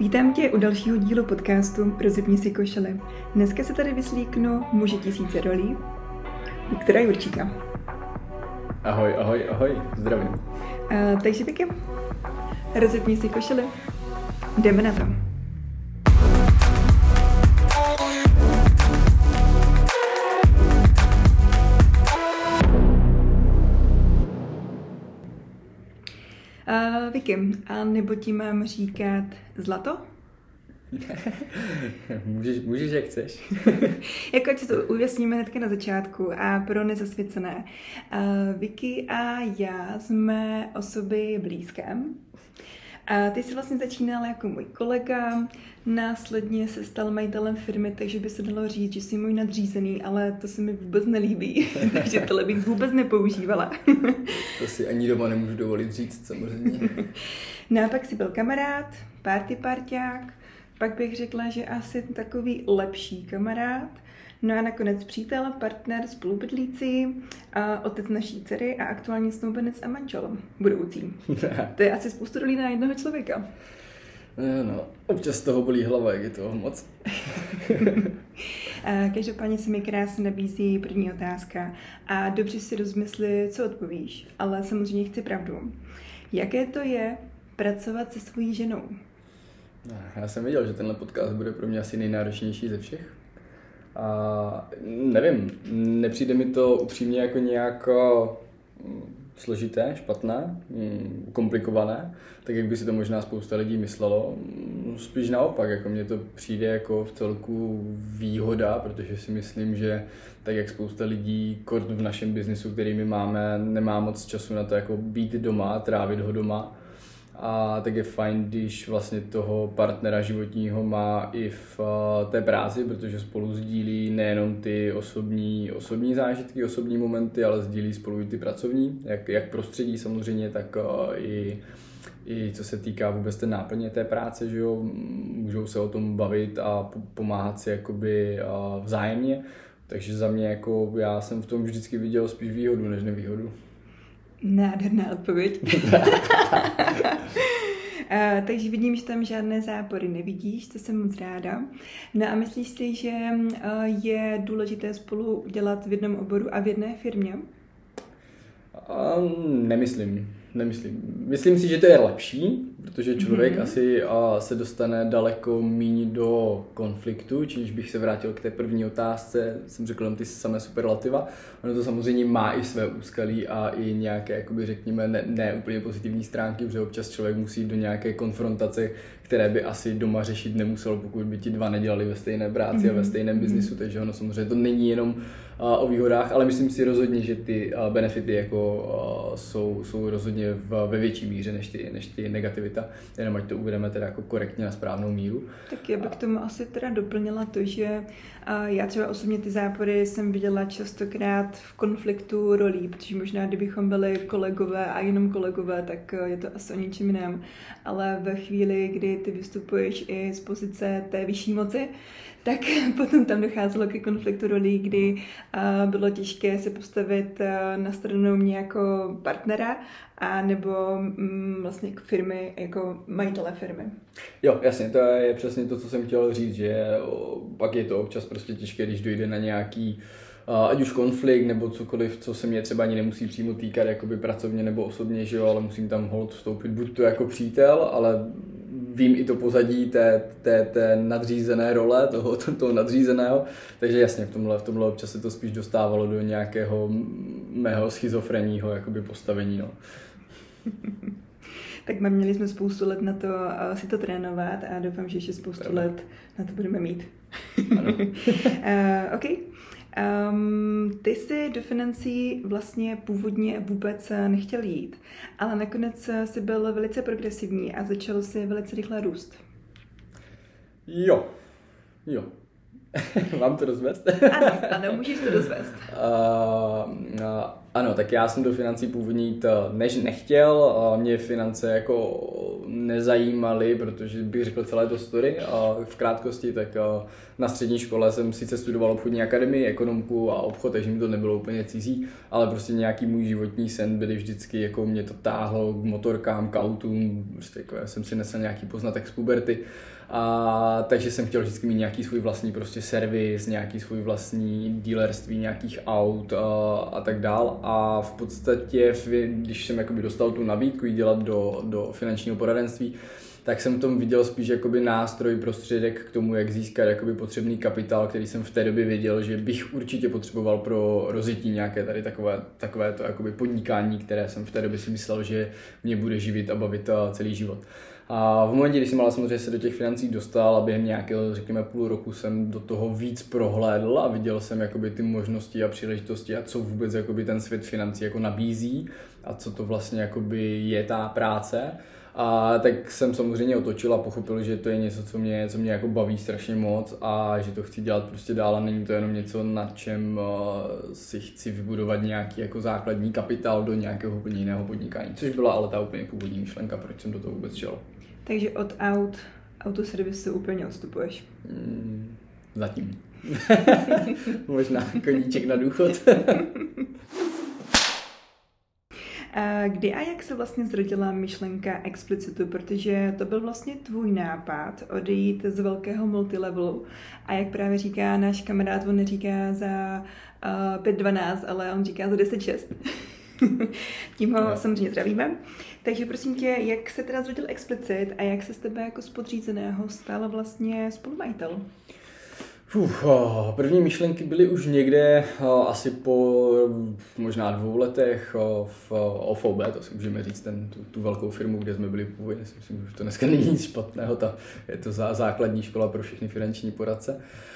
Vítám tě u dalšího dílu podcastu Rozepni si košele. Dneska se tady vyslíknu muže tisíce rolí, Viktora Jurčíka. Ahoj, zdravím. Takže taky, rozepni si košele. Jdeme na to. Vicky, a nebo ti mám říkat zlato? můžeš, jak chceš. Jako ať to ujasníme hnedka na začátku a pro nezasvěcené. Vicky a já jsme osoby blízké. A ty jsi vlastně začínala jako můj kolega, následně se stal majitelem firmy, takže by se dalo říct, že jsi můj nadřízený, ale to se mi vůbec nelíbí, takže tohle bych vůbec nepoužívala. To si ani doma nemůžu dovolit říct, samozřejmě. No a pak jsi byl kamarád, parťák, pak bych řekla, že asi takový lepší kamarád, no a nakonec přítel, partner, spolubydlící, otec naší dcery a aktuální snoubenec a manžel budoucí. To je asi spoustu rolí na jednoho člověka. No, občas toho bolí hlava, jak je toho moc. Každopádně se mi krásně nabízí první otázka a dobře si rozmysli, co odpovíš, ale samozřejmě chci pravdu. Jaké to je pracovat se svojí ženou? Já jsem věděl, že tenhle podcast bude pro mě asi nejnáročnější ze všech. A nevím, nepřijde mi to upřímně jako nějak složité, špatné, komplikované, tak jak by si to možná spousta lidí myslelo. Spíš naopak, jako mně to přijde jako v celku výhoda, protože si myslím, že tak jak spousta lidí kort v našem biznesu, který my máme, nemá moc času na to jako být doma, trávit ho doma. A tak je fajn, když vlastně toho partnera životního má i v té práci, protože spolu sdílí nejenom ty osobní zážitky, osobní momenty, ale sdílí spolu i ty pracovní, jak prostředí samozřejmě, tak i co se týká vůbec té náplně té práce, že jo, můžou se o tom bavit a pomáhat si jakoby vzájemně. Takže za mě jako já jsem v tom vždycky viděl spíš výhodu než nevýhodu. Nádherná odpověď. Takže vidím, že tam žádné zápory nevidíš, to jsem moc ráda. No a myslíš si, že je důležité spolu dělat v jednom oboru a v jedné firmě? Nemyslím. Myslím si, že to je lepší, protože člověk asi se dostane daleko míň do konfliktu, čímž bych se vrátil k té první otázce, jsem řekl ty samé superlativa. Ono to samozřejmě má i své úskalí a i nějaké, jakoby řekněme, ne úplně pozitivní stránky, protože občas člověk musí do nějaké konfrontace, které by asi doma řešit nemusel, pokud by ti dva nedělali ve stejné práci a ve stejném biznisu, takže ono samozřejmě to není jenom o výhodách, ale myslím si rozhodně, že ty benefity jako jsou rozhodně ve větší míře než ty negativita, jenom ať to uvedeme teda jako korektně na správnou míru. Tak já bych k tomu asi teda doplnila to, že já třeba osobně ty zápory jsem viděla častokrát v konfliktu rolí, protože možná kdybychom byli kolegové a jenom kolegové, tak je to asi o ničem jiném, ale ve chvíli, kdy ty vystupuješ i z pozice té vyšší moci, tak potom tam docházelo ke konfliktu rolí, kdy bylo těžké se postavit na stranu mě jako partnera a nebo vlastně k firmy, jako majitele firmy. Jo, jasně, to je přesně to, co jsem chtěl říct, že pak je to občas prostě těžké, když dojde na nějaký ať už konflikt nebo cokoliv, co se mě třeba ani nemusí přímo týkat jakoby pracovně nebo osobně, že jo, ale musím tam holt vstoupit buď to jako přítel, ale vím i to pozadí té nadřízené role, toho nadřízeného, takže jasně v tomhle občas se to spíš dostávalo do nějakého mého schizofrenního jakoby postavení, no. Tak měli jsme spoustu let na to si to trénovat a doufám, že ještě spoustu let na to budeme mít. Ano. OK. Ty jsi do financí vlastně původně vůbec nechtěl jít, ale nakonec jsi byl velice progresivní a začal si velice rychle růst. Jo. Mám to rozvést? Ano, můžeš to rozvést. Ano, tak já jsem do financí původně jít nechtěl, mě finance jako nezajímaly, protože bych řekl celé to story v krátkosti, tak na střední škole jsem sice studoval obchodní akademii, ekonomku a obchod, takže mi to nebylo úplně cizí, ale prostě nějaký můj životní sen byly vždycky, jako mě to táhlo k motorkám, k autům, prostě jako já jsem si nesl nějaký poznatek z puberty. Takže jsem chtěl vždycky mít nějaký svůj vlastní prostě servis, nějaký svůj vlastní dealerství nějakých aut a tak dál. A v podstatě, když jsem jakoby dostal tu nabídku jít dělat do finančního poradenství, tak jsem v tom viděl spíš jakoby nástroj, prostředek k tomu, jak získat jakoby potřebný kapitál, který jsem v té době věděl, že bych určitě potřeboval pro rozjetí nějaké tady takové to jakoby podnikání, které jsem v té době si myslel, že mě bude živit a bavit celý život. A v momentě, kdy jsem ale samozřejmě se do těch financí dostal a během nějakého, řekněme, půl roku jsem do toho víc prohlédl a viděl jsem jakoby ty možnosti a příležitosti a co vůbec jakoby ten svět financí jako nabízí a co to vlastně jakoby je ta práce. A tak jsem samozřejmě otočil a pochopil, že to je něco, co mě jako baví strašně moc a že to chci dělat prostě dál a není to jenom něco, na čem si chci vybudovat nějaký jako základní kapitál do nějakého úplně jiného podnikání, což byla ale ta úplně původní myšlenka, proč jsem do toho vůbec šel. Takže od autoservisu úplně odstupuješ? Zatím. Možná koníček na důchod. Kdy a jak se vlastně zrodila myšlenka Explicitu, protože to byl vlastně tvůj nápad odejít z velkého multilevelu a jak právě říká náš kamarád, on neříká za 5:12, ale on říká za 10:06. Tím ho samozřejmě zdravíme. Takže prosím tě, jak se teda zrodil Explicit a jak se z tebe jako z podřízeného stal vlastně spolumajitel? První myšlenky byly už někde asi po možná 2 letech v OVB, to si můžeme říct, tu velkou firmu, kde jsme byli původně, myslím, že to dneska není nic špatného, je to základní škola pro všechny finanční poradce.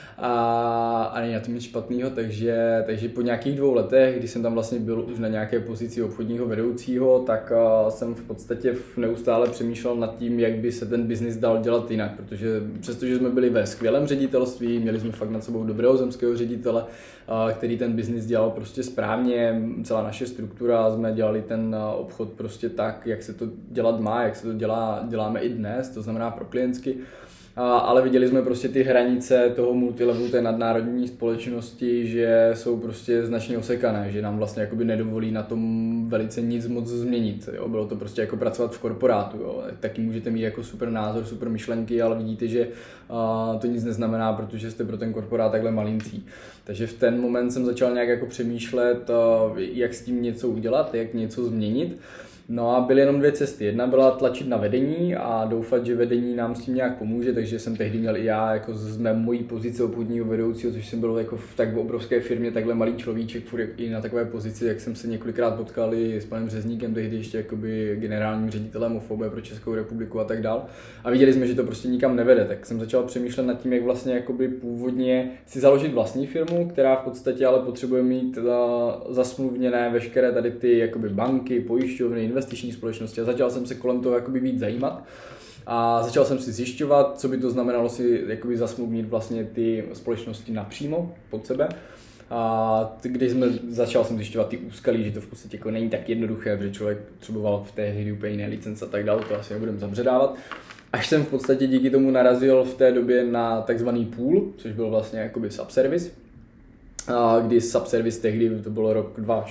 A není na tom nic špatného, takže po nějakých 2 letech, kdy jsem tam vlastně byl už na nějaké pozici obchodního vedoucího, tak jsem v podstatě neustále přemýšlel nad tím, jak by se ten biznis dal dělat jinak, protože přestože jsme byli ve skvělém ředitelství, měli jsme fakt nad sebou dobrého zemského ředitele, který ten biznis dělal prostě správně, celá naše struktura, jsme dělali ten obchod prostě tak, jak se to dělat má, jak se to děláme i dnes, to znamená pro klientsky. Ale viděli jsme prostě ty hranice toho multilevelu, té nadnárodní společnosti, že jsou prostě značně osekané, že nám vlastně jakoby nedovolí na tom velice nic moc změnit. Jo. Bylo to prostě jako pracovat v korporátu. Jo. Taky můžete mít jako super názor, super myšlenky, ale vidíte, že to nic neznamená, protože jste pro ten korporát takhle malincí. Takže v ten moment jsem začal nějak jako přemýšlet, jak s tím něco udělat, jak něco změnit. No a byly jenom 2 cesty. Jedna byla tlačit na vedení a doufat, že vedení nám s tím nějak pomůže, takže jsem tehdy měl i já jako z mojí pozice obchodního vedoucího, což jsem byl jako v tak obrovské firmě, takhle malý človíček, furt i na takové pozici, jak jsem se několikrát potkal i s panem Řezníkem, tehdy ještě jakoby generálním ředitelem OVB pro Českou republiku a tak dál. A viděli jsme, že to prostě nikam nevede, tak jsem začal přemýšlet nad tím, jak vlastně jakoby původně si založit vlastní firmu, která v podstatě ale potřebuje mít zasmluvněné veškeré tady ty jakoby banky, pojišťovny, investiční společnosti a začal jsem se kolem toho jakoby víc zajímat a začal jsem si zjišťovat, co by to znamenalo si jakoby zasmluvnit vlastně ty společnosti napřímo pod sebe. A začal jsem zjišťovat ty úskalí, že to v podstatě jako není tak jednoduché, protože člověk potřeboval v té hry úplně jiné licence a tak dále, to asi nebudeme zabředávat. Až jsem v podstatě díky tomu narazil v té době na takzvaný pool, což byl vlastně jakoby subservice. Kdy subservice tehdy, to bylo rok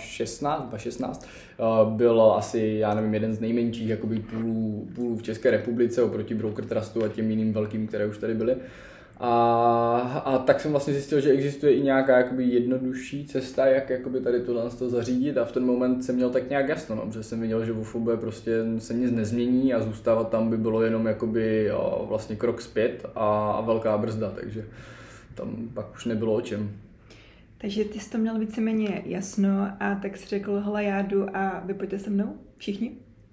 2016, byl asi, já nevím, jeden z nejmenších jakoby poolů v České republice oproti Broker Trustu a těm jiným velkým, které už tady byly. A tak jsem vlastně zjistil, že existuje i nějaká jakoby jednodušší cesta, jak jakoby tady tohle zařídit a v ten moment jsem měl tak nějak jasno, protože jsem viděl, že v OVB prostě se nic nezmění a zůstávat tam by bylo jenom jakoby vlastně krok zpět a velká brzda, takže tam pak už nebylo o čem. Takže ty jsi to měl víceméně jasno a tak jsi řekl, hele, já jdu a vy pojďte se mnou, všichni?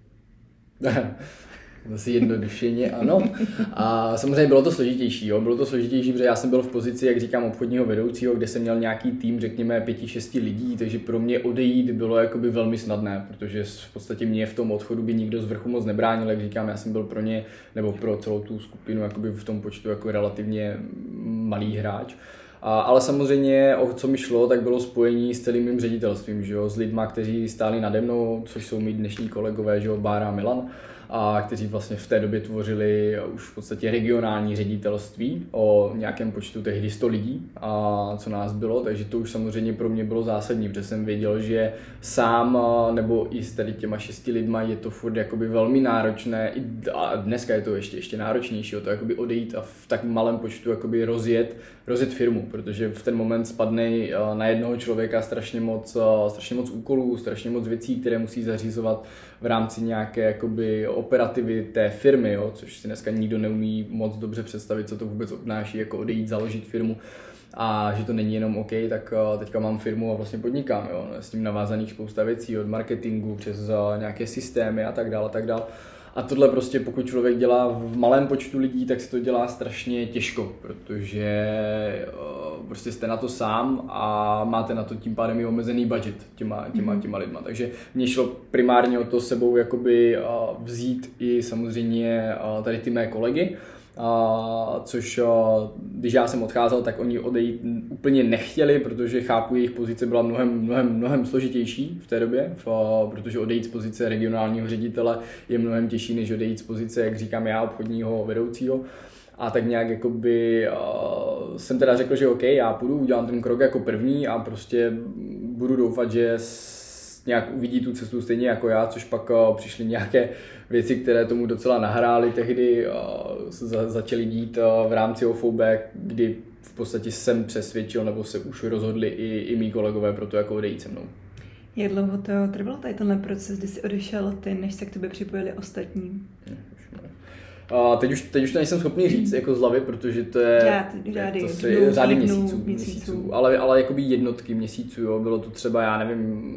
Zase jednodušeně, ano. A samozřejmě bylo to složitější, jo. Bylo to složitější, protože já jsem byl v pozici, jak říkám, obchodního vedoucího, kde jsem měl nějaký tým, řekněme 5-6 lidí, takže pro mě odejít bylo jakoby velmi snadné, protože v podstatě mě v tom odchodu by nikdo z vrchu moc nebránil, jak říkám, já jsem byl pro ně, nebo pro celou tu skupinu jakoby v tom počtu jako relativně malý hráč. Ale samozřejmě, o co mi šlo, tak bylo spojení s celým mým ředitelstvím, že jo? S lidma, kteří stáli nade mnou, což jsou mý dnešní kolegové, že jo? Bára a Milan, a kteří vlastně v té době tvořili už v podstatě regionální ředitelství o nějakém počtu tehdy 100 lidí, a co nás bylo, takže to už samozřejmě pro mě bylo zásadní, protože jsem věděl, že sám nebo i s tady těma 6 lidma je to furt jakoby velmi náročné, a dneska je to ještě náročnější, to jakoby odejít a v tak malém počtu jakoby rozjet firmu, protože v ten moment spadne na jednoho člověka strašně moc úkolů, strašně moc věcí, které musí zařizovat v rámci nějaké jakoby operativy té firmy, jo, což si dneska nikdo neumí moc dobře představit, co to vůbec obnáší, jako odejít, založit firmu, a že to není jenom OK, tak teďka mám firmu a vlastně podnikám, jo, s tím navázaných spousta věcí, od marketingu přes nějaké systémy a tak dále, a tak dále. A tohle prostě, pokud člověk dělá v malém počtu lidí, tak si to dělá strašně těžko, protože prostě jste na to sám a máte na to tím pádem i omezený budget těma lidma. Takže mně šlo primárně o to sebou jakoby vzít i samozřejmě tady ty mé kolegy, což když já jsem odcházel, tak oni odejít úplně nechtěli, protože chápu, jejich pozice byla mnohem složitější v té době, protože odejít z pozice regionálního ředitele je mnohem těžší, než odejít z pozice, jak říkám já, obchodního vedoucího. A tak nějak jakoby jsem teda řekl, že OK, já půjdu, udělám ten krok jako první a prostě budu doufat, že nějak uvidí tu cestu stejně jako já, což pak přišly nějaké věci, které tomu docela nahrály tehdy, začaly dít v rámci OVB, kdy v podstatě jsem přesvědčil, nebo se už rozhodli i mý kolegové pro to, jako odejít se mnou. Jak dlouho to trvalo tady tenhle proces, kdy jsi odešel ty, než se k tobě připojili ostatní? Teď už to nejsem schopný říct jako z hlavy, protože to je řády měsíců, ale jakoby jednotky měsíců, jo. Bylo to třeba, já nevím,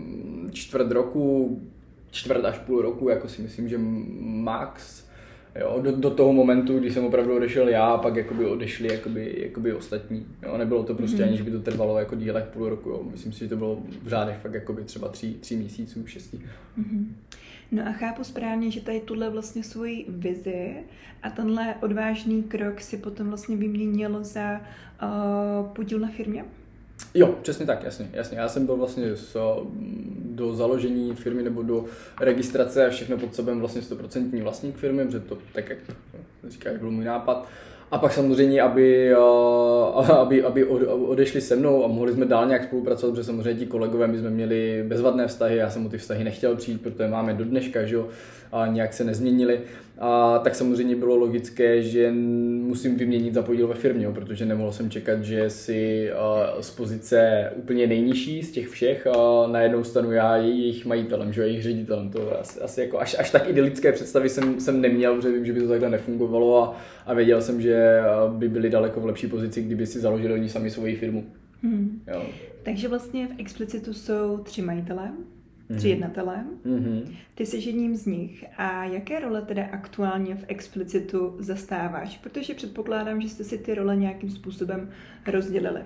čtvrt až půl roku, jako si myslím, že max, jo, do toho momentu, kdy jsem opravdu odešel já, a pak jakoby odešli jakoby ostatní, jo. Nebylo to prostě ani, že by to trvalo jako díl jak půl roku, jo. Myslím si, že to bylo v řádech fakt jakoby třeba 3 měsíců, 6. No a chápu správně, že tady tuhle vlastně svoji vizi a tenhle odvážný krok si potom vlastně vyměnil za podíl na firmě? Jo, přesně tak, jasně. Já jsem byl vlastně do založení firmy nebo do registrace a všechno pod sebem vlastně 100% vlastník firmy, protože to tak, jak říká, byl můj nápad. A pak samozřejmě, aby odešli se mnou a mohli jsme dál nějak spolupracovat, protože samozřejmě ti kolegové, my jsme měli bezvadné vztahy, já jsem o ty vztahy nechtěl přijít, protože máme do dneška, že jo, a nějak se nezměnili. A tak samozřejmě bylo logické, že musím vyměnit za podíl ve firmě, jo, protože nemohl jsem čekat, že si z pozice úplně nejnižší z těch všech najednou stanu já jejich majitelem, že jo, jejich ředitelem. To asi jako až tak idylické představy jsem neměl, protože vím, že by to takhle nefungovalo a věděl jsem, že by byli daleko v lepší pozici, kdyby si založili oni sami svoji firmu. Jo. Takže vlastně v Explicitu jsou 3 majitelé, 3 jednatelé. Ty jsi jedním z nich. A jaké role teda aktuálně v Explicitu zastáváš? Protože předpokládám, že jste si ty role nějakým způsobem rozdělili.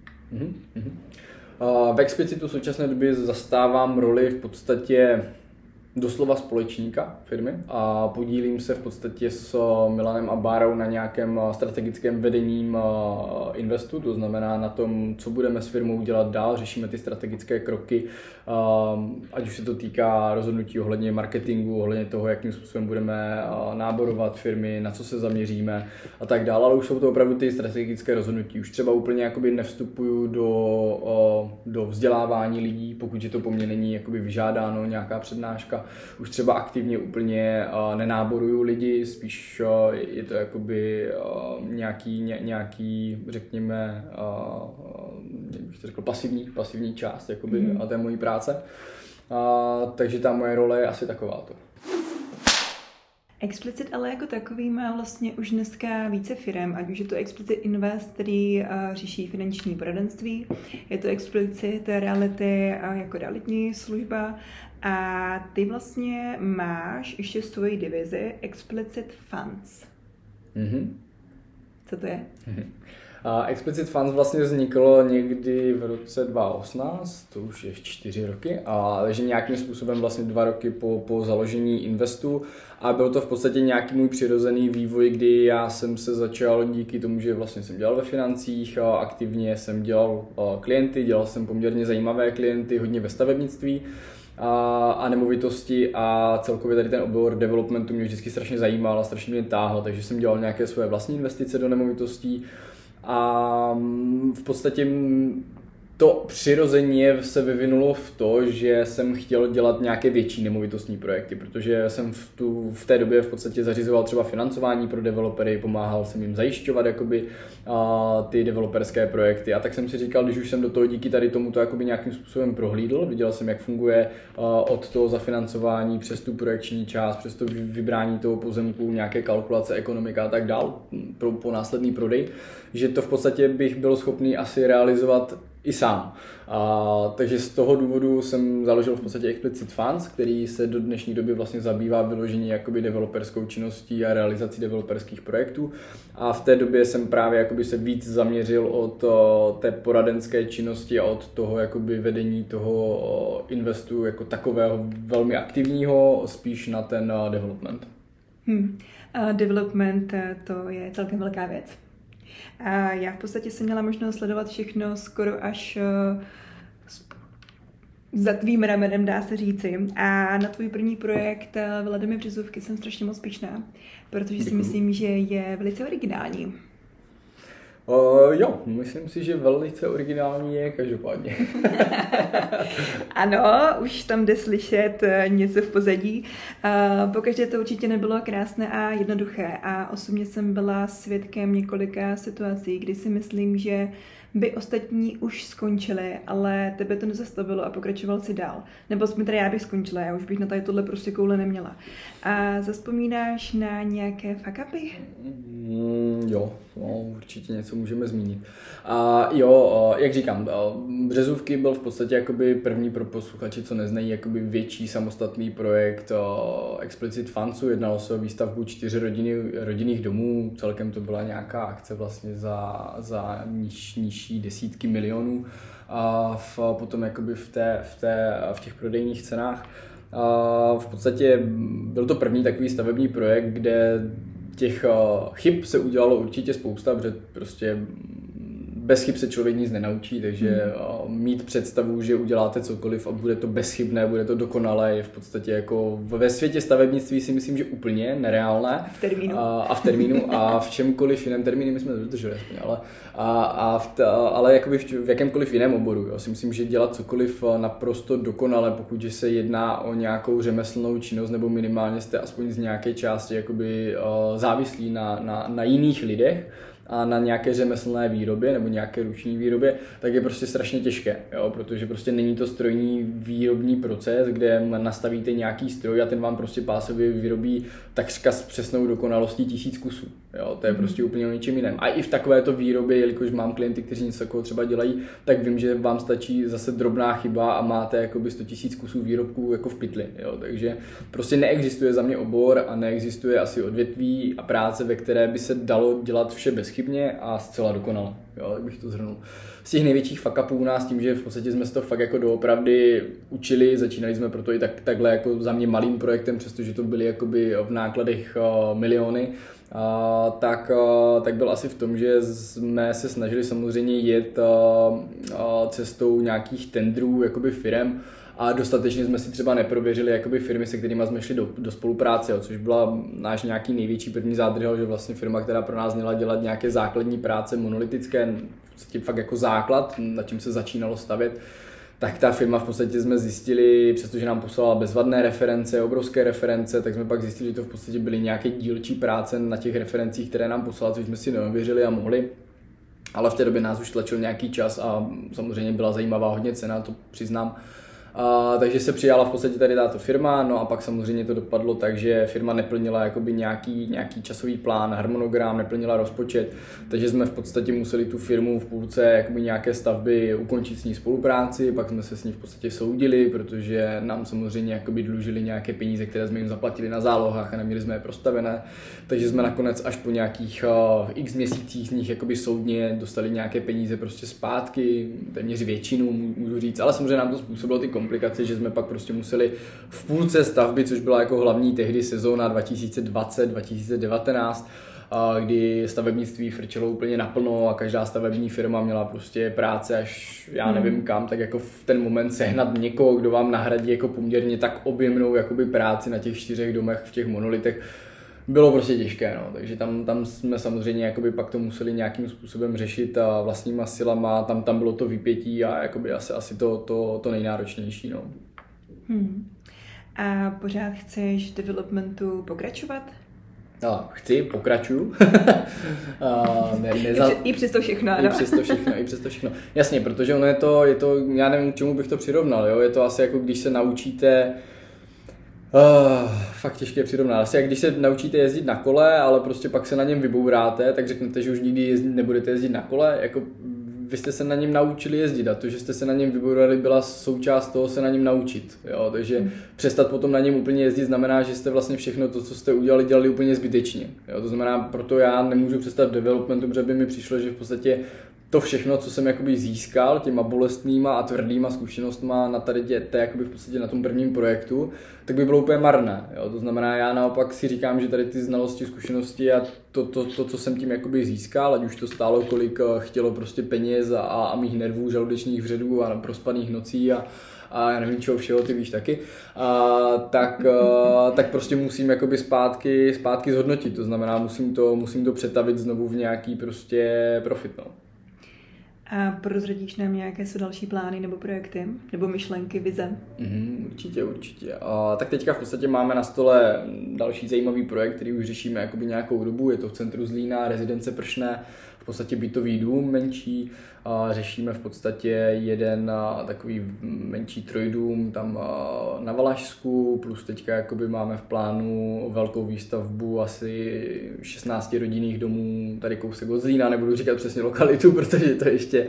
V Explicitu v současné době zastávám roli v podstatě doslova společníka firmy a podílím se v podstatě s Milanem a Bárou na nějakém strategickém vedením investu, to znamená na tom, co budeme s firmou dělat dál, řešíme ty strategické kroky, ať už se to týká rozhodnutí ohledně marketingu, ohledně toho, jakým způsobem budeme náborovat firmy, na co se zaměříme a tak dále, ale už jsou to opravdu ty strategické rozhodnutí. Už třeba úplně jakoby nevstupuju do vzdělávání lidí, pokud je to po mně není jakoby vyžádáno, nějaká přednáška. Už třeba aktivně úplně nenáboruju lidi, spíš je to jakoby nějaký řekněme, bych to řekl, pasivní část jakoby, té mojí práce. Takže ta moje role je asi takováto. Explicit ale jako takový má vlastně už dneska více firem, ať už je to Explicit Invest, který řeší finanční poradenství, je to Explicit Reality jako realitní služba a ty vlastně máš ještě svoji divizi Explicit Funds. Co to je? A Explicit Funds vlastně vzniklo někdy v roce 2018, to už je 4 roky, takže nějakým způsobem vlastně 2 roky po založení Investu a byl to v podstatě nějaký můj přirozený vývoj, kdy já jsem se začal díky tomu, že vlastně jsem dělal ve financích, aktivně jsem dělal klienty, dělal jsem poměrně zajímavé klienty, hodně ve stavebnictví a nemovitosti a celkově tady ten obor developmentu mě vždycky strašně zajímal a strašně mě táhl, takže jsem dělal nějaké svoje vlastní investice do nemovitostí a v podstatě to přirozeně se vyvinulo v to, že jsem chtěl dělat nějaké větší nemovitostní projekty, protože jsem v té době v podstatě zařizoval třeba financování pro developery, pomáhal jsem jim zajišťovat jakoby, ty developerské projekty a tak jsem si říkal, když už jsem do toho díky tady tomuto jakoby nějakým způsobem prohlídl, viděl jsem, jak funguje od toho zafinancování přes tu projekční část, přes to vybrání toho pozemku, nějaké kalkulace, ekonomika a tak dál, po následný prodej, že to v podstatě bych byl schopný asi realizovat i sám. Takže z toho důvodu jsem založil v podstatě Explicit Funds, který se do dnešní doby vlastně zabývá vyloženě jakoby developerskou činností a realizací developerských projektů. A v té době jsem právě jakoby se víc zaměřil od té poradenské činnosti a od toho jakoby vedení toho Investu jako takového velmi aktivního, spíš na ten development. Development to je celkem velká věc. A já v podstatě jsem měla možnost sledovat všechno skoro až za tvým ramenem, dá se říci. A na tvůj první projekt Vladimír Březůvky jsem strašně moc pyšná, protože si myslím, že je velice originální. Jo, myslím si, že velice originální je každopádně. Ano, už tam jde slyšet něco v pozadí. Pokaždé to určitě nebylo krásné a jednoduché a osobně jsem byla svědkem několika situací, kdy si myslím, že by ostatní už skončili, ale tebe to nezastavilo a pokračoval si dál. Nebo aspoň teda já bych skončila, já už bych na tady tohle prostě koule neměla. A zazpomínáš na nějaké fuck-upy? Jo, určitě něco můžeme zmínit. Jak říkám, Březůvky byl v podstatě jakoby první pro posluchače, co neznají, jakoby větší samostatný projekt Explicit Fundsu. Jednalo se o výstavbu 4 rodinných domů, celkem to byla nějaká akce vlastně za nižší desítky milionů a potom jakoby v těch prodejních cenách. V podstatě byl to první takový stavební projekt, kde těch chyb se udělalo určitě spousta, protože prostě bez chyb se člověk nic nenaučí, takže mít představu, že uděláte cokoliv a bude to bezchybné, bude to dokonalé, je v podstatě jako ve světě stavebnictví si myslím, že úplně nereálné. V termínu. V termínu a v čemkoliv jiném termínu, my jsme to dodrželi aspoň, ale jakoby v jakémkoliv jiném oboru. Jo. Si myslím, že dělat cokoliv naprosto dokonale, pokud se jedná o nějakou řemeslnou činnost nebo minimálně jste aspoň z nějaké části jakoby závislí na jiných lidech, a na nějaké řemeslné výrobě nebo nějaké ruční výrobě, tak je prostě strašně těžké, jo? Protože prostě není to strojní výrobní proces, kde nastavíte nějaký stroj a ten vám prostě pásově vyrobí takřka s přesnou dokonalostí 1000 kusů. Jo? To je prostě úplně o ničem jiném. A i v takovéto výrobě, jelikož mám klienty, kteří něco takového třeba dělají, tak vím, že vám stačí zase drobná chyba a máte jakoby 100 000 kusů výrobků jako v pytli. Jo? Takže prostě neexistuje za mě obor a neexistuje asi odvětví a práce, ve které by se dalo dělat vše bezchybně a zcela dokonale. Jo, tak bych to shrnul. Z těch největších fuck-upů u nás tím, že v podstatě jsme se to fakt jako doopravdy učili, začínali jsme proto i takhle jako za mě malým projektem, přestože to byly jakoby v nákladech miliony, tak byl asi v tom, že jsme se snažili samozřejmě jet cestou nějakých tendrů jakoby firem a dostatečně jsme si třeba neprověřili jakoby firmy, se kterými jsme šli do spolupráce, což byla náš nějaký největší první zádrhel, že vlastně firma, která pro nás měla dělat nějaké základní práce monolitické, fakt jako základ, na čem se začínalo stavět, tak ta firma v podstatě jsme zjistili, přestože nám poslala bezvadné reference, obrovské reference, tak jsme pak zjistili, že to v podstatě byly nějaké dílčí práce na těch referencích, které nám poslala, což jsme si neověřili a mohli. Ale v té době nás už tlačil nějaký čas a samozřejmě byla zajímavá hodně cena, to přiznám. Takže se přijala v podstatě tady tato firma, no a pak samozřejmě to dopadlo tak, že firma neplnila jakoby nějaký časový plán, harmonogram, neplnila rozpočet, takže jsme v podstatě museli tu firmu v půlce jakoby nějaké stavby ukončit s ní spolupráci, pak jsme se s ní v podstatě soudili, protože nám samozřejmě jakoby dlužili nějaké peníze, které jsme jim zaplatili na zálohách a neměli jsme je prostavené, takže jsme nakonec až po nějakých x měsících z nich jakoby soudně dostali nějaké peníze prostě zpátky, téměř většinu můžu říct, ale samozřejmě nám to způsobilo ty komplikace, že jsme pak prostě museli v půlce stavby, což byla jako hlavní tehdy sezóna 2020-2019, kdy stavebnictví frčelo úplně naplno a každá stavební firma měla prostě práce až já nevím kam, tak jako v ten moment sehnat někoho, kdo vám nahradí jako poměrně tak objemnou jakoby práci na těch 4 domech v těch monolitech, bylo prostě těžké, no. Takže tam jsme samozřejmě jakoby pak to museli nějakým způsobem řešit a vlastníma silama, tam bylo to vypětí a jakoby asi to nejnáročnější. No. A pořád chceš developmentu pokračovat? Pokračuju. I přes to všechno, ano. I přes to všechno. Jasně, protože ono je to, já nevím, k čemu bych to přirovnal, jo? Je to asi jako když se naučíte fakt těžké přirovnat. Asi jak když se naučíte jezdit na kole, ale prostě pak se na něm vybouráte, tak řeknete, že už nikdy nebudete jezdit na kole, jako vy jste se na něm naučili jezdit a to, že jste se na něm vybourali, byla součást toho se na něm naučit. Jo? Takže přestat potom na něm úplně jezdit znamená, že jste vlastně všechno to, co jste udělali, dělali úplně zbytečně. Jo? To znamená, proto já nemůžu přestat v developmentu, protože by mi přišlo, že v podstatě to všechno, co jsem jakoby získal těma bolestnýma a tvrdýma zkušenostma na tady jakoby v podstatě na tom prvním projektu, tak by bylo úplně marné. Jo? To znamená, já naopak si říkám, že tady ty znalosti, zkušenosti a to, co jsem tím jakoby získal, ať už to stálo, kolik chtělo prostě peněz a mých nervů, žaludečních vředů a prospaných nocí a já nevím čeho všeho, ty víš taky, tak prostě musím jakoby zpátky zhodnotit. To znamená, musím to přetavit znovu v nějaký prostě profit. No. A prozradíš nám nějaké jsou další plány nebo projekty, nebo myšlenky, vize? Určitě. Tak teďka v podstatě máme na stole další zajímavý projekt, který už řešíme jakoby nějakou dobu. Je to v centru Zlína, rezidence Pršné, v podstatě bytový dům menší. Řešíme v podstatě jeden takový menší trojdům tam na Valašsku, plus teďka jakoby máme v plánu velkou výstavbu asi 16 rodinných domů tady kousek od Zlína, nebudu říkat přesně lokalitu, protože to ještě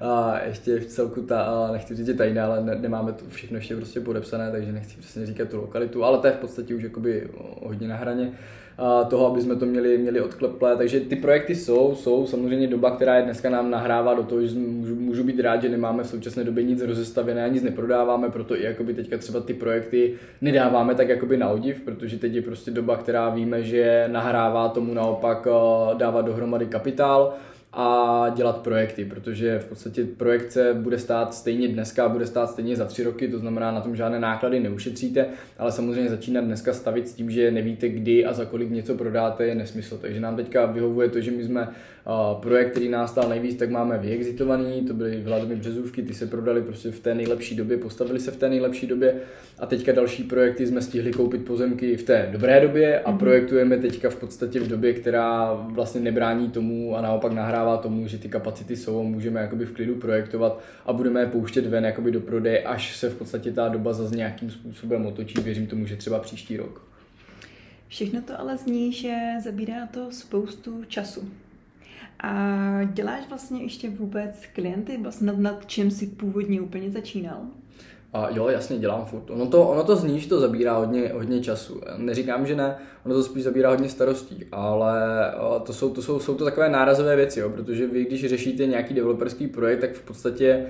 v celku nechci říct tajné, ale nemáme to všechno ještě prostě podepsané, takže nechci přesně říkat tu lokalitu, ale to je v podstatě už jakoby hodně na hraně toho, aby jsme to měli odkleplé, takže ty projekty jsou samozřejmě doba, která je dneska nám nahrává do toho, že můžu být rád, že nemáme v současné době nic rozestavené a nic neprodáváme, proto i jakoby teďka třeba ty projekty nedáváme tak jakoby na odiv, protože teď je prostě doba, která víme, že nahrává tomu naopak dávat dohromady kapitál a dělat projekty, protože v podstatě projekce bude stát stejně dneska, bude stát stejně za 3 roky, to znamená, na tom žádné náklady neušetříte, ale samozřejmě začínat dneska stavit s tím, že nevíte kdy a za kolik něco prodáte, je nesmysl. Takže nám teďka vyhovuje to, že my jsme projekt, který nás stál nejvíc, tak máme vyexitovaný, to byly Vladomy Březůvky, ty se prodaly prostě v té nejlepší době, postavili se v té nejlepší době a teďka další projekty jsme stihli koupit pozemky v té dobré době a projektujeme teďka v podstatě v době, která vlastně nebrání tomu a naopak nahrává tomu, že ty kapacity jsou a můžeme jakoby v klidu projektovat a budeme je pouštět ven jakoby do prodeje, až se v podstatě ta doba zase nějakým způsobem otočí, věřím tomu, že třeba příští rok. Všechno to ale zní, že zabírá to spoustu času. A děláš vlastně ještě vůbec klienty, vlastně nad čím jsi původně úplně začínal? Jo, jasně, dělám furt. Ono to zní, že to zabírá hodně času. Neříkám, že ne, ono to spíš zabírá hodně starostí, ale jsou to takové nárazové věci, jo, protože vy, když řešíte nějaký developerský projekt, tak v podstatě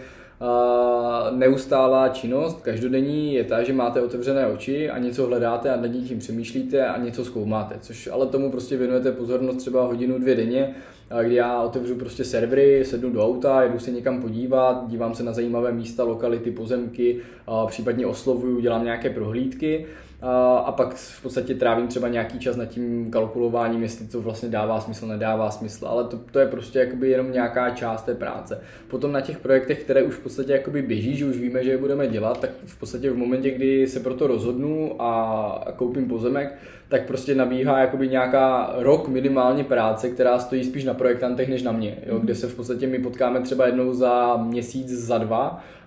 neustálá činnost, každodenní je ta, že máte otevřené oči a něco hledáte a nad tím přemýšlíte a něco zkoumáte, což ale tomu prostě věnujete pozornost třeba 1-2 denně, kdy já otevřu prostě servery, sednu do auta, jedu se někam podívat, dívám se na zajímavé místa, lokality, pozemky, případně oslovuju, dělám nějaké prohlídky a pak v podstatě trávím třeba nějaký čas nad tím kalkulováním, jestli to vlastně dává smysl, nedává smysl, ale to je prostě jakoby jenom nějaká část té práce. Potom na těch projektech, které už v podstatě jakoby běží, že už víme, že je budeme dělat, tak v podstatě v momentě, kdy se pro to rozhodnu a koupím pozemek, tak prostě nabíhá jakoby nějaká rok minimálně práce, která stojí spíš na projektantech než na mě, jo? Kde se v podstatě my potkáme třeba jednou za měsíc, za 2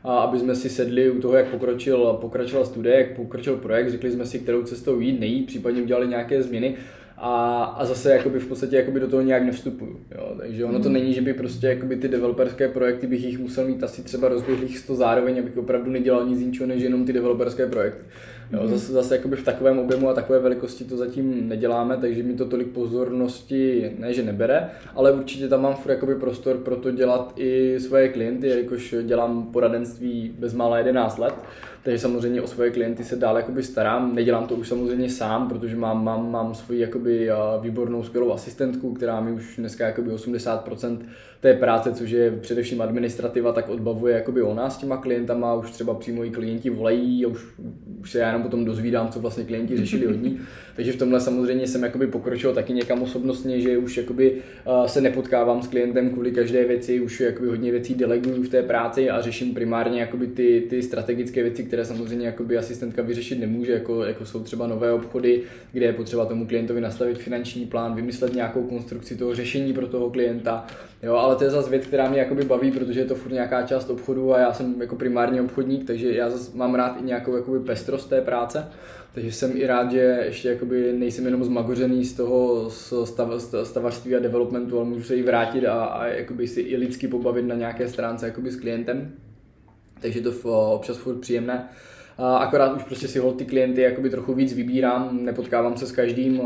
aby jsme si sedli u toho, jak pokračovala studie, jak pokračoval projekt, řekli jsme si, kterou cestou jít, nejít, případně udělali nějaké změny. A zase jakoby v podstatě jakoby do toho nějak nevstupuju. Jo? Takže ono to není, že by prostě jakoby ty developerské projekty bych jich musel mít asi třeba rozběhlých 100 zároveň, abych opravdu nedělal nic jiného než jenom ty developerské projekty. Jo? Zase jakoby v takovém objemu a takové velikosti to zatím neděláme, takže mi to tolik pozornosti ne, že nebere, ale určitě tam mám furt jakoby prostor pro to dělat i svoje klienty, jakož dělám poradenství bezmála 11 let. Takže samozřejmě o svoje klienty se dál jakoby starám, nedělám to už samozřejmě sám, protože mám svoji jakoby výbornou skvělou asistentku, která mi už dneska jakoby 80% té práce, což je především administrativa, tak odbavuje jakoby ona s těma klientama, už třeba přímo i klienti volají a už se já jenom potom dozvídám, co vlastně klienti řešili od ní. Takže v tomhle samozřejmě jsem jakoby pokročil taky někam osobnostně, že už jakoby se nepotkávám s klientem kvůli každé věci, už jakoby hodně věcí deleguju v té práci a řeším primárně jakoby ty strategické věci, které samozřejmě jakoby asistentka vyřešit nemůže, jako jsou třeba nové obchody, kde je potřeba tomu klientovi nastavit finanční plán, vymyslet nějakou konstrukci toho řešení pro toho klienta. Jo, ale to je zase věc, která mě jakoby baví, protože je to furt nějaká část obchodu a já jsem jako primárně obchodník, takže já zase mám rád i nějakou jakoby pestrost té práce. Takže jsem i rád, že ještě jakoby nejsem jenom zmagořený z toho stavařství a developmentu, ale můžu se i vrátit a jakoby si i lidsky pobavit na nějaké stránce jakoby s klientem. Takže to občas furt příjemné. Akorát už prostě si ty klienty jakoby trochu víc vybírám, nepotkávám se s každým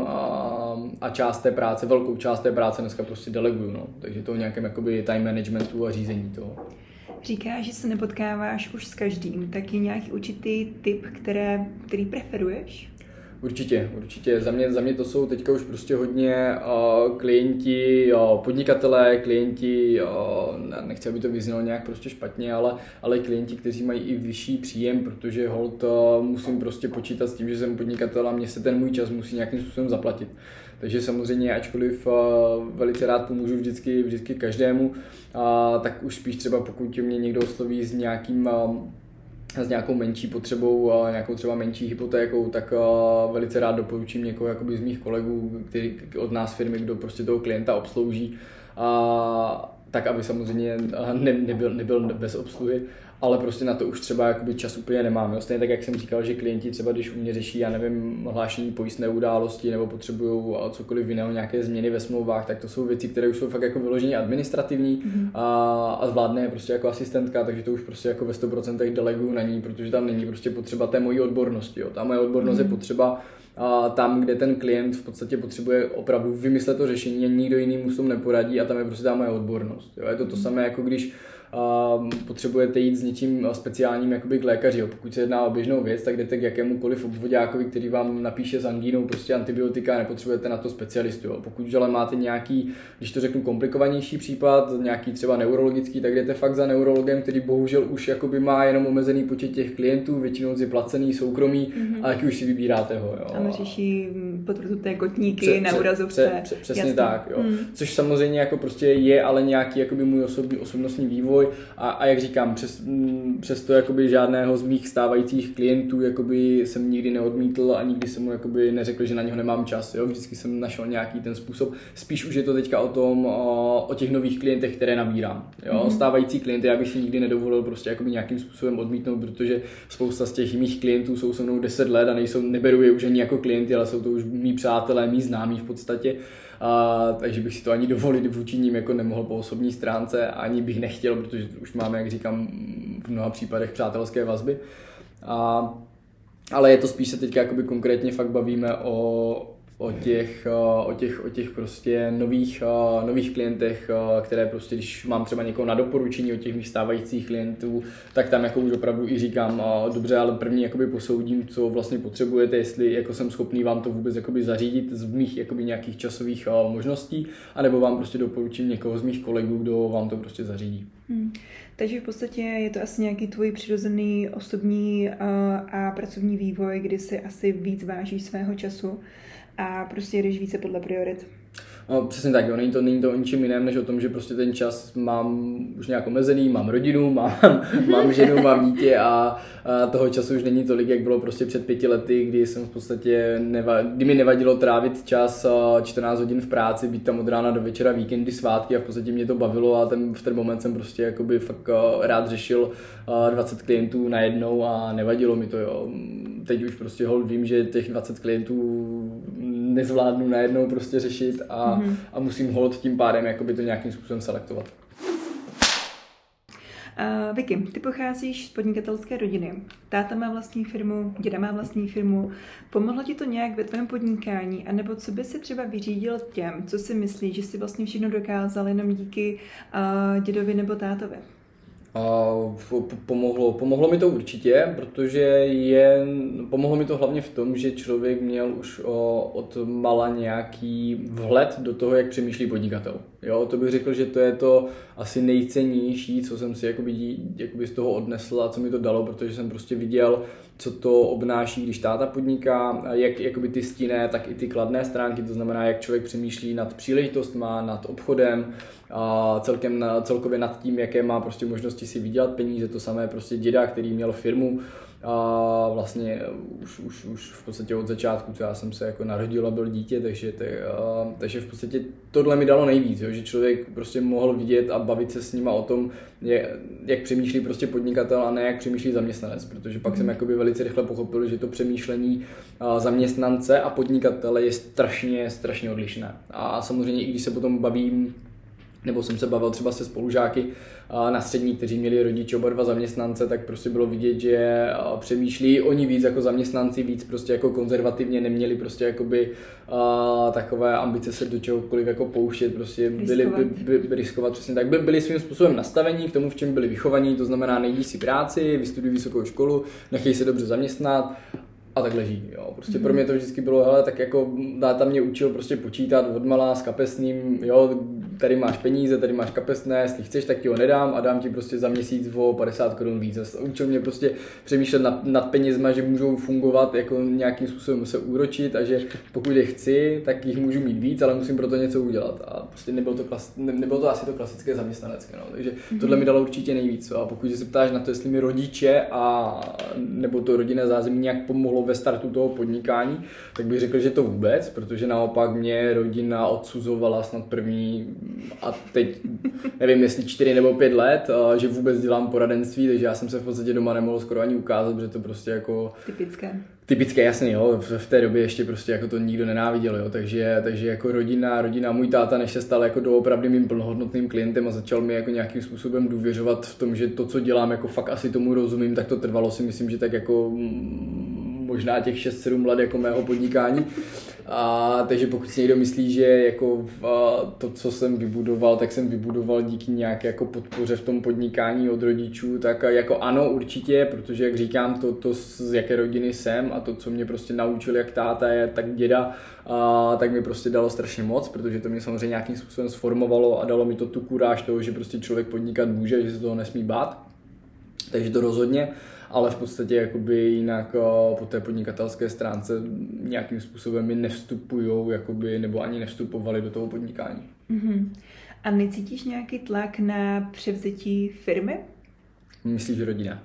a část té práce, velkou část té práce dneska prostě deleguju, no. Takže to v nějakém jakoby time managementu a řízení toho. Říkáš, že se nepotkáváš už s každým, tak je nějaký určitý typ, který preferuješ? Určitě. Za mě to jsou teďka už prostě hodně klienti, podnikatelé, klienti, nechci, aby to vyznělo nějak prostě špatně, ale klienti, kteří mají i vyšší příjem, protože holt musím prostě počítat s tím, že jsem podnikatel a mě se ten můj čas musí nějakým způsobem zaplatit. Takže samozřejmě, ačkoliv velice rád pomůžu vždycky každému, tak už spíš třeba pokud mě někdo osloví s nějakou menší potřebou, nějakou třeba menší hypotékou, tak velice rád doporučím někoho jakoby z mých kolegů, který od nás firmy, kdo prostě toho klienta obslouží, tak aby samozřejmě nebyl bez obsluhy, ale prostě na to už třeba jakoby čas úplně nemám. Jo? Stejně tak, jak jsem říkal, že klienti třeba, když u mě řeší, já nevím, hlášení pojistné události nebo potřebují cokoliv jiného, nějaké změny ve smlouvách, tak to jsou věci, které už jsou fakt jako vyloženě administrativní a zvládne je prostě jako asistentka, takže to už prostě jako ve 100% deleguju na ní, protože tam není prostě potřeba té mojí odbornosti. Jo? Ta moje odbornost je potřeba tam, kde ten klient v podstatě potřebuje opravdu vymyslet to řešení a nikdo jiný mu s tom neporadí a tam je prostě ta moje odbornost. Jo? Je to to samé, jako když potřebujete jít s něčím speciálním jakoby k lékaři. Jo. Pokud se jedná o běžnou věc, tak jdete k jakémukoliv obvoďákovi, který vám napíše s angínou prostě antibiotika, nepotřebujete na to specialistu. Jo. Pokud ale máte nějaký, když to řeknu, komplikovanější případ, nějaký třeba neurologický, tak jdete fakt za neurologem, který bohužel už jakoby má jenom omezený počet těch klientů, většinou je placený, soukromý, a taky už si vybíráte ho. Jo. Ano, řeší potvrdnuté kotníky na úrazovce. Přesně tak. Jo. Což samozřejmě jako prostě je ale nějaký jakoby můj osobnostní vývoj. A jak říkám, přes to jakoby žádného z mých stávajících klientů jakoby jsem nikdy neodmítl a nikdy jsem mu jakoby neřekl, že na něho nemám čas. Jo? Vždycky jsem našel nějaký ten způsob. Spíš už je to teďka o těch nových klientech, které nabírám. Jo? Stávající klienty já bych si nikdy nedovolil prostě jakoby nějakým způsobem odmítnout, protože spousta z těch mých klientů jsou se mnou 10 let a neberu je už ani jako klienty, ale jsou to už mý přátelé, mý známí v podstatě. Takže bych si to ani dovolit vůči ním jako nemohl po osobní stránce, ani bych nechtěl, protože už máme, jak říkám, v mnoha případech přátelské vazby. Ale je to spíš se teďka jakoby konkrétně fakt bavíme o těch prostě nových klientech, které prostě, když mám třeba někoho na doporučení od těch mých stávajících klientů, tak tam jako už opravdu i říkám, dobře, ale první jakoby posoudím, co vlastně potřebujete, jestli jako jsem schopný vám to vůbec jakoby zařídit z mých jakoby nějakých časových možností, anebo vám prostě doporučím někoho z mých kolegů, kdo vám to prostě zařídí. Takže v podstatě je to asi nějaký tvůj přirozený osobní a pracovní vývoj, kdy si asi víc vážíš svého času a prostě jdeš více podle priorit. No, přesně tak, jo. Není to o ničem jiném, než o tom, že prostě ten čas mám už nějak omezený, mám rodinu, mám ženu, mám dítě a toho času už není tolik, jak bylo prostě před 5 lety, kdy jsem v podstatě kdy mi nevadilo trávit čas 14 hodin v práci, být tam od rána do večera, víkendy, svátky a v podstatě mě to bavilo a v ten moment jsem prostě jakoby fakt rád řešil 20 klientů najednou a nevadilo mi to, jo. Teď už prostě vím, že těch 20 klientů nezvládnu najednou prostě řešit a musím tím pádem jakoby to nějakým způsobem selektovat. Vicky, ty pocházíš z podnikatelské rodiny. Táta má vlastní firmu, děda má vlastní firmu. Pomohlo ti to nějak ve tvém podnikání? A nebo co by si třeba vyřídil těm, co si myslíš, že si vlastně všechno dokázal jenom díky dědovi nebo tátovi? Pomohlo mi to určitě, protože pomohlo mi to hlavně v tom, že člověk měl už od mala nějaký vhled do toho, jak přemýšlí podnikatel. Jo, to bych řekl, že to je to asi nejcennější, co jsem si jakoby z toho odnesl a co mi to dalo, protože jsem prostě viděl, co to obnáší, když táta podniká, jak jakoby ty stinné, tak i ty kladné stránky, to znamená, jak člověk přemýšlí nad příležitostma, nad obchodem, a celkově nad tím, jaké má prostě možnosti si vydělat peníze, to samé prostě děda, který měl firmu a vlastně už v podstatě od začátku, co já jsem se jako narodil a byl dítě, takže v podstatě tohle mi dalo nejvíc, jo, že člověk prostě mohl vidět a bavit se s nima o tom, jak přemýšlí prostě podnikatel a ne jak přemýšlí zaměstnanec, protože pak jsem jakoby velice rychle pochopil, že to přemýšlení zaměstnance a podnikatele je strašně odlišné. A samozřejmě i když se potom bavím, nebo jsem se bavil třeba se spolužáky na střední, kteří měli rodiče oba dva zaměstnance, tak prostě bylo vidět, že přemýšlí oni víc jako zaměstnanci, víc prostě jako konzervativně, neměli prostě jakoby takové ambice se do čehokoliv jako pouštět, prostě riskovat přesně tak. Byli svým způsobem nastavení k tomu, v čem byli vychovaní, to znamená nejdi si práci, vystuduj vysokou školu, nechej se dobře zaměstnat a tak leží, jo. Prostě pro mě to vždycky bylo, hele, tak jako táta mě učil prostě počítat odmala s kapesným, jo, tady máš peníze, tady máš kapesné, jestli chceš, tak ti ho nedám a dám ti prostě za měsíc o 50 korun víc. Učil mě prostě přemýšlet nad penězma, že můžou fungovat, jako nějakým způsobem se úročit a že pokud je chci, tak jich můžu mít víc, ale musím pro to něco udělat. A prostě nebylo to asi to klasické zaměstnanecké, no. Takže tohle mi dalo určitě nejvíc. A pokud se ptáš na to, jestli mi rodiče a nebo to rodinné zázemí nějak pomohlo ve startu toho podnikání, tak bych řekl, že to vůbec, protože naopak mě rodina odsuzovala snad první a teď nevím, jestli 4 nebo 5 let, že vůbec dělám poradenství, takže já jsem se v podstatě doma nemohl skoro ani ukázat, protože to prostě jako typické, jasně, jo, v té době ještě prostě jako to nikdo nenáviděl, jo, takže jako rodina, můj táta, než se stal jako doopravdy mým plnohodnotným klientem a začal mi jako nějakým způsobem důvěřovat v tom, že to, co dělám, jako fakt asi tomu rozumím, tak to trvalo si myslím, že tak jako možná těch 6-7 let jako mého podnikání. Takže pokud si někdo myslí, že jako to, co jsem vybudoval, tak jsem vybudoval díky nějaké jako podpoře v tom podnikání od rodičů, tak jako ano, určitě, protože jak říkám, to z jaké rodiny jsem a to, co mě prostě naučil jak táta, tak děda, tak mi prostě dalo strašně moc, protože to mě samozřejmě nějakým způsobem sformovalo a dalo mi to tu kuráž toho, že prostě člověk podnikat může, že se toho nesmí bát. Takže to rozhodně. Ale v podstatě jakoby jinak po té podnikatelské stránce nějakým způsobem mi nevstupujou jakoby, nebo ani nevstupovali do toho podnikání. A necítíš nějaký tlak na převzetí firmy? Myslíš rodina?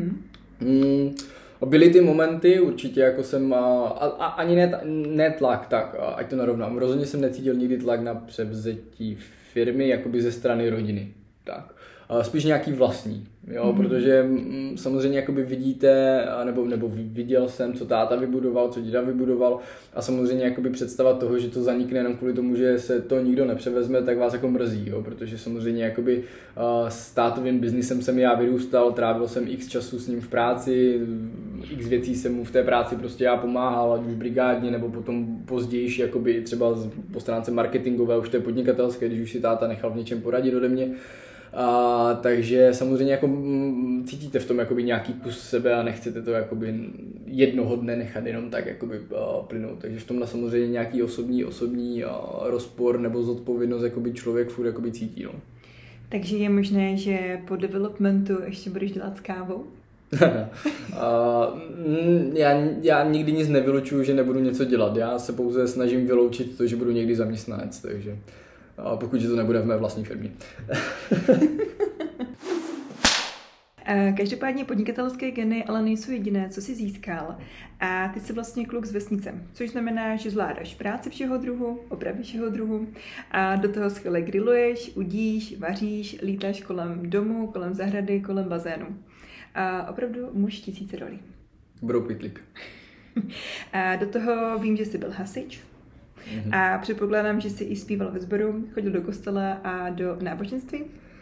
Byly ty momenty, určitě jako jsem, ani ne tlak, tak ať to narovnám. Rozhodně jsem necítil nikdy tlak na převzetí firmy jakoby ze strany rodiny. Tak. Spíš nějaký vlastní, jo, protože samozřejmě jakoby vidíte, nebo viděl jsem, co táta vybudoval, co děda vybudoval a samozřejmě jakoby představa toho, že to zanikne jenom kvůli tomu, že se to nikdo nepřevezme, tak vás jako mrzí, jo, protože samozřejmě jakoby s tátovým biznisem jsem já vyrůstal, trávil jsem x času s ním v práci, x věcí jsem mu v té práci prostě já pomáhal, ať už brigádně, nebo potom později jakoby třeba po stránce marketingové, už to je podnikatelské, když už si táta nechal v něčem poradit ode mě. Takže samozřejmě jako cítíte v tom jakoby nějaký kus sebe a nechcete to jakoby jednoho dne nechat jenom tak jakoby plynout. Takže v tomhle samozřejmě nějaký osobní rozpor nebo zodpovědnost jakoby člověk furt jakoby cítí. No. Takže je možné, že po developmentu ještě budeš dělat s kávou? Já nikdy nic nevylučuju, že nebudu něco dělat. Já se pouze snažím vyloučit to, že budu někdy zaměstnanec, takže pokud to nebude v mé vlastní firmě. Každopádně podnikatelské geny ale nejsou jediné, co jsi získal. A ty jsi vlastně kluk z vesnice, což znamená, že zvládáš práci všeho druhu, opravy všeho druhu a do toho skvěle grilluješ, udíš, vaříš, lítáš kolem domu, kolem zahrady, kolem bazénu. A opravdu muž 1000 rolí. Broupitlík. A do toho vím, že jsi byl hasič. A předpokládám, že jsi i zpíval ve sboru, chodil do kostela a do náboženství?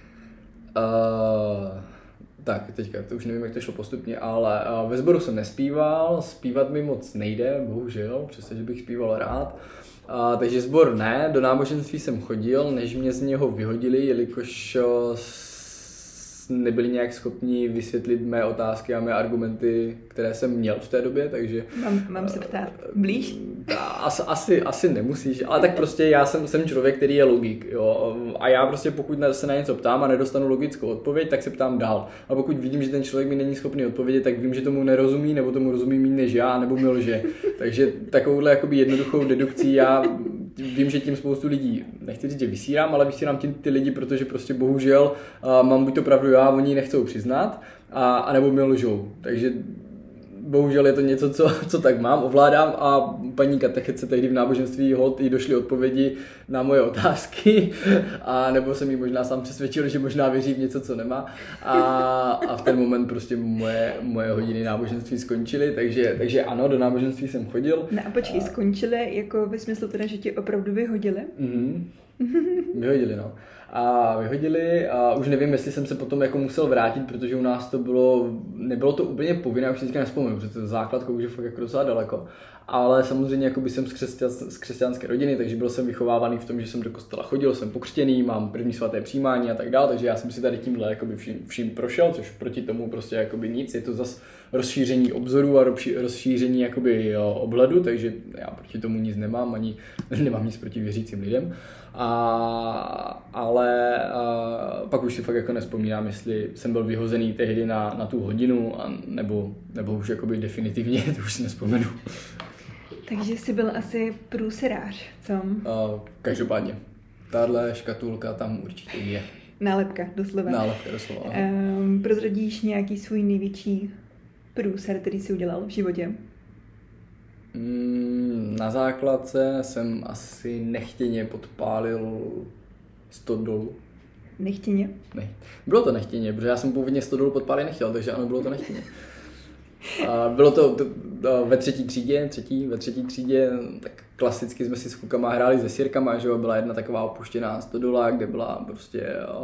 Tak, teďka, to už nevím, jak to šlo postupně, ale ve sboru jsem nespíval, zpívat mi moc nejde, bohužel, přestože bych zpíval rád. Takže sbor ne, do náboženství jsem chodil, než mě z něho vyhodili, jelikož nebyli nějak schopni vysvětlit mé otázky a mé argumenty, které jsem měl v té době, takže... Mám se ptát blíž? Asi nemusíš, ale tak prostě já jsem člověk, který je logik, jo, a já prostě pokud se na něco ptám a nedostanu logickou odpověď, tak se ptám dál. A pokud vidím, že ten člověk mi není schopný odpovědět, tak vím, že tomu nerozumí, nebo tomu rozumí méně než já, nebo mi lže. Takže takovouhle jakoby jednoduchou dedukcí já vím, že tím spoustu lidí, nechci říct, že vysírám, ale vysírám tím ty lidi, protože prostě bohužel mám buď to pravdu já, oni nechcou přiznat, a nebo mi lžou. Takže bohužel je to něco, co tak mám, ovládám a paní katechece tehdy v náboženství hod jí došly odpovědi na moje otázky a nebo jsem jí možná sám přesvědčil, že možná věří v něco, co nemá a v ten moment prostě moje hodiny náboženství skončily, takže ano, do náboženství jsem chodil. No a počkej, skončily jako ve smyslu teda, že tě opravdu vyhodili? Vyhodili, no. A vyhodili a už nevím, jestli jsem se potom jako musel vrátit, protože u nás to nebylo to úplně povinné, už si teďka nevzpomínám, protože to základka už je fakt jako docela daleko. Ale samozřejmě jakoby jsem z křesťanské rodiny, takže byl jsem vychovávaný v tom, že jsem do kostela chodil, jsem pokřtěný, mám první svaté přijímání a tak dále, takže já jsem si tady tímhle jakoby vším prošel, což proti tomu prostě jakoby nic, je to zas rozšíření obzoru a rozšíření jakoby obhledu, takže já proti tomu nic nemám, ani nemám nic proti věřícím lidem. Ale pak už si fakt jako nevzpomínám, jestli jsem byl vyhozený tehdy na tu hodinu, nebo už jakoby definitivně, to už si nevzpomenu. Takže jsi byl asi průserář, co? Každopádně. Tahle škatulka tam určitě je. Nálepka, doslova. Nálepka, doslova. Prozradíš nějaký svůj největší průser, který jsi udělal v životě? Na základce jsem asi nechtěně podpálil 100 dolů. Nechtěně? Ne. Bylo to nechtěně, protože já jsem původně 100 dolů podpálit nechtěl, takže ano, bylo to nechtěně. Bylo to ve třetí třídě, tak klasicky jsme si s klukama hráli se sirkama, že jo, byla jedna taková opuštěná stodola, kde byla prostě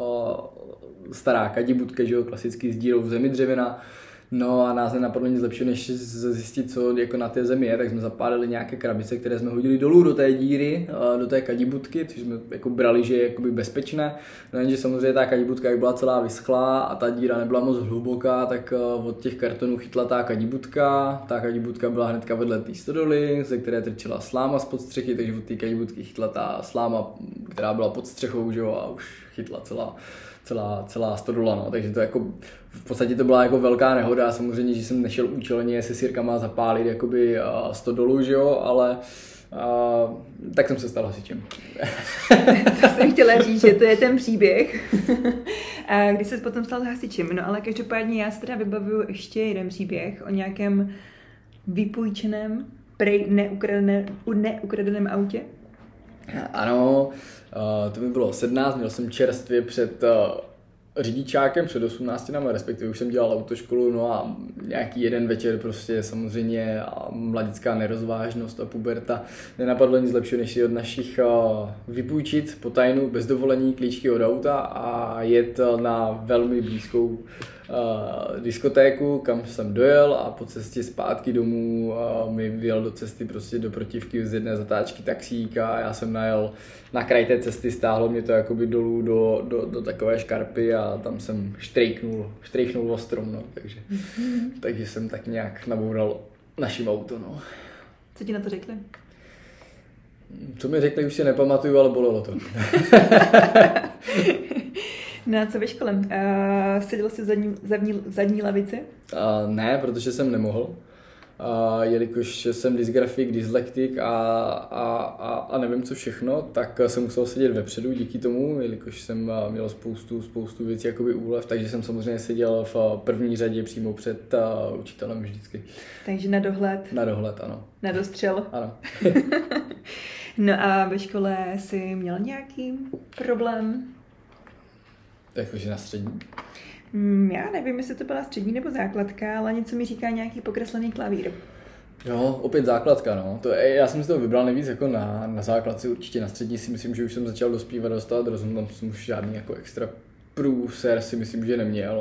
stará kadibudka, že jo, klasicky s dírou v zemi dřevěná. No a nás nenapadlo nic lepšího, než zjistit, co jako na té zemi je, tak jsme zapálili nějaké krabice, které jsme hodili dolů do té díry, do té kadibudky, což jsme jako brali, že je jakoby bezpečné. No jenže samozřejmě ta kadibudka jak byla celá vyschlá a ta díra nebyla moc hluboká, tak od těch kartonů chytla ta kadibudka byla hnedka vedle té stodoly, ze které trčela sláma spod střechy, takže od té kadibudky chytla ta sláma, která byla pod střechou, že jo, a už chytla celá stodola, no. Takže to jako v podstatě to byla jako velká nehoda, samozřejmě, že jsem nešel účelně se sirkama zapálit jakoby stodolu, že jo, ale tak jsem se stal hasičem. To jsem chtěla říct, že to je ten příběh. A když se potom stal hasičem, no ale každopádně já si teda vybavuju ještě jeden příběh o nějakém vypůjčeném, neukradeném autě. Ano, to mi bylo 17, měl jsem čerstvě před řidičákem, před 18, respektive už jsem dělal autoškolu, no a nějaký jeden večer prostě samozřejmě mladická nerozvážnost a puberta. Nenapadlo nic lepšího, než si od našich vypůjčit po tajnu bez dovolení klíčky od auta a jet na velmi blízkou diskotéku, kam jsem dojel a po cestě zpátky domů mi vyjel do cesty prostě do protivky z jedné zatáčky taxík a já jsem najel na kraj té cesty, stáhlo mě to jakoby dolů do takové škarpy a tam jsem štrejchnul o strom, no, takže jsem tak nějak naboural našim auto, no. Co ti na to řekli? Co mi řekli, už si nepamatuju, ale bolelo to. No a co ve škole? Seděl jsi v zadní lavici? Ne, protože jsem nemohl. Jelikož jsem dysgrafik, dyslektik a nevím co všechno, tak jsem musel sedět vepředu díky tomu, jelikož jsem měl spoustu věcí jakoby úlev, takže jsem samozřejmě seděl v první řadě přímo před učitelem vždycky. Takže na dohled? Na dohled, ano. Na dostřel? Ano. No a ve škole jsi měl nějaký problém? Jakože na střední? Já nevím, jestli to byla střední nebo základka, ale něco mi říká nějaký pokreslený klavír. Jo, opět základka, no. Já jsem si to vybral nejvíc jako na základce, určitě na střední si myslím, že už jsem začal dospívat, dostat rozum, tam jsem už žádný jako extra průser si myslím, že neměl.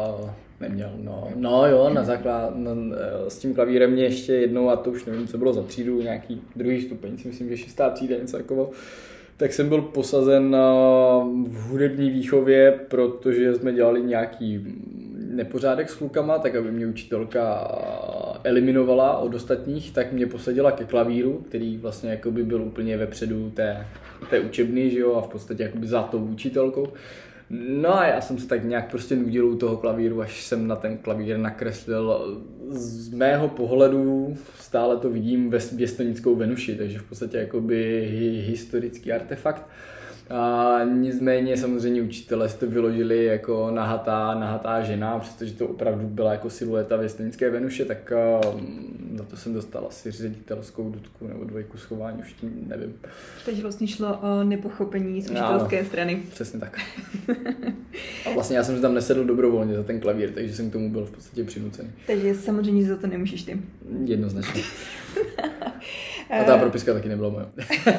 S tím klavírem mě ještě jednou, a to už nevím, co bylo za třídu, nějaký druhý stupeň, si myslím, že 6. třída, něco takového. Tak jsem byl posazen v hudební výchově, protože jsme dělali nějaký nepořádek s klukama, tak aby mě učitelka eliminovala od ostatních, tak mě posadila ke klavíru, který vlastně jakoby byl úplně vepředu té učebny, že jo, a v podstatě jakoby za tou učitelkou. No a já jsem se tak nějak prostě nudil u toho klavíru, až jsem na ten klavír nakreslil z mého pohledu, stále to vidím věstonickou Venuši, takže v podstatě jakoby historický artefakt. A nicméně samozřejmě učitelé si to vyložili jako nahatá žena, přestože to opravdu byla jako silueta věstonické Venuše, tak za to jsem dostal asi ředitelskou dudku nebo 2 schování, už nevím. Takže vlastně šlo o nepochopení z učitelské strany. Přesně tak. A vlastně já jsem si tam nesedl dobrovolně za ten klavír, takže jsem k tomu byl v podstatě přinucený. Takže samozřejmě za to nemůžeš ty. Jednoznačně. A ta propiska taky nebyla moje.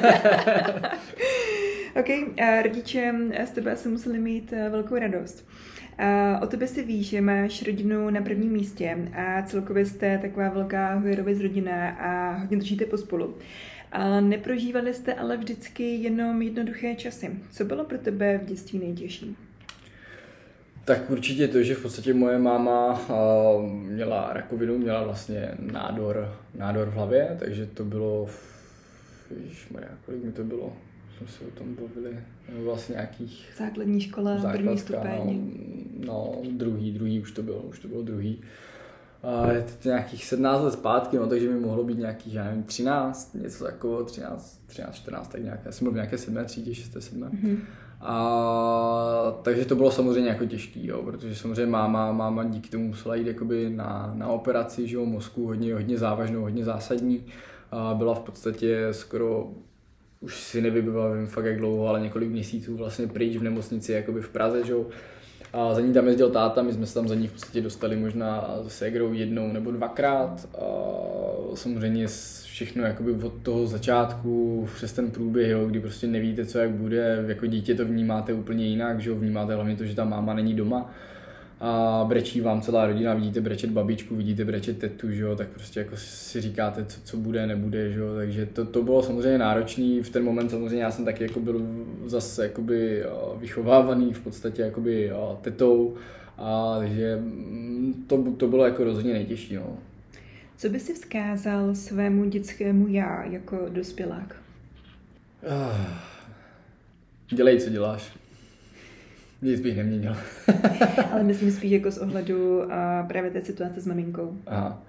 OK, rodiče z tebe asi museli mít velkou radost. O tebe si víš, že máš rodinu na prvním místě a celkově jste taková velká Hoyerovic rodina a hodně držíte pospolu. Neprožívali jste ale vždycky jenom jednoduché časy. Co bylo pro tebe v dětství nejtěžší? Tak určitě to, že v podstatě moje máma měla rakovinu, měla vlastně nádor v hlavě, takže to bylo, ježišmarja, kolik mi to bylo? Jsme se o tom bavili, vlastně nějakých... Základní škola, první stupeň. No, druhý už to bylo druhý. Je to nějakých 17 let zpátky, no, takže mi mohlo být nějakých, já nevím, 13, něco takového, 13, 14, tak nějaké. Já jsem byl v nějaké 7. třídě, 6. 7. Mm-hmm. Takže to bylo samozřejmě jako těžký, jo, protože samozřejmě máma díky tomu musela jít jakoby na operaci, že jo, mozku, hodně závažnou, hodně zásadní. Byla v podstatě skoro, už si nevybavím fakt jak dlouho, ale několik měsíců vlastně pryč v nemocnici jakoby v Praze, že jo. A za ní tam jezdil táta, my jsme se tam za ní v podstatě dostali možná s ségrou 1 nebo 2krát. A samozřejmě všechno jakoby od toho začátku přes ten průběh, jo, kdy prostě nevíte, co jak bude, jako dítě to vnímáte úplně jinak, že jo, vnímáte hlavně to, že ta máma není doma a brečí vám celá rodina, vidíte brečet babičku, vidíte brečet tetu, že jo, tak prostě jako si říkáte, co bude, nebude, že jo, takže to bylo samozřejmě náročný, v ten moment samozřejmě já jsem taky jako byl zase jakoby vychovávaný v podstatě jakoby tetou, takže to bylo jako rozhodně nejtěžší, no. Co by si vzkázal svému dětskému já jako dospělák? Dělej, co děláš. Nic bych neměnil. Ale myslím spíš jako z ohledu právě té situace s maminkou. Aha.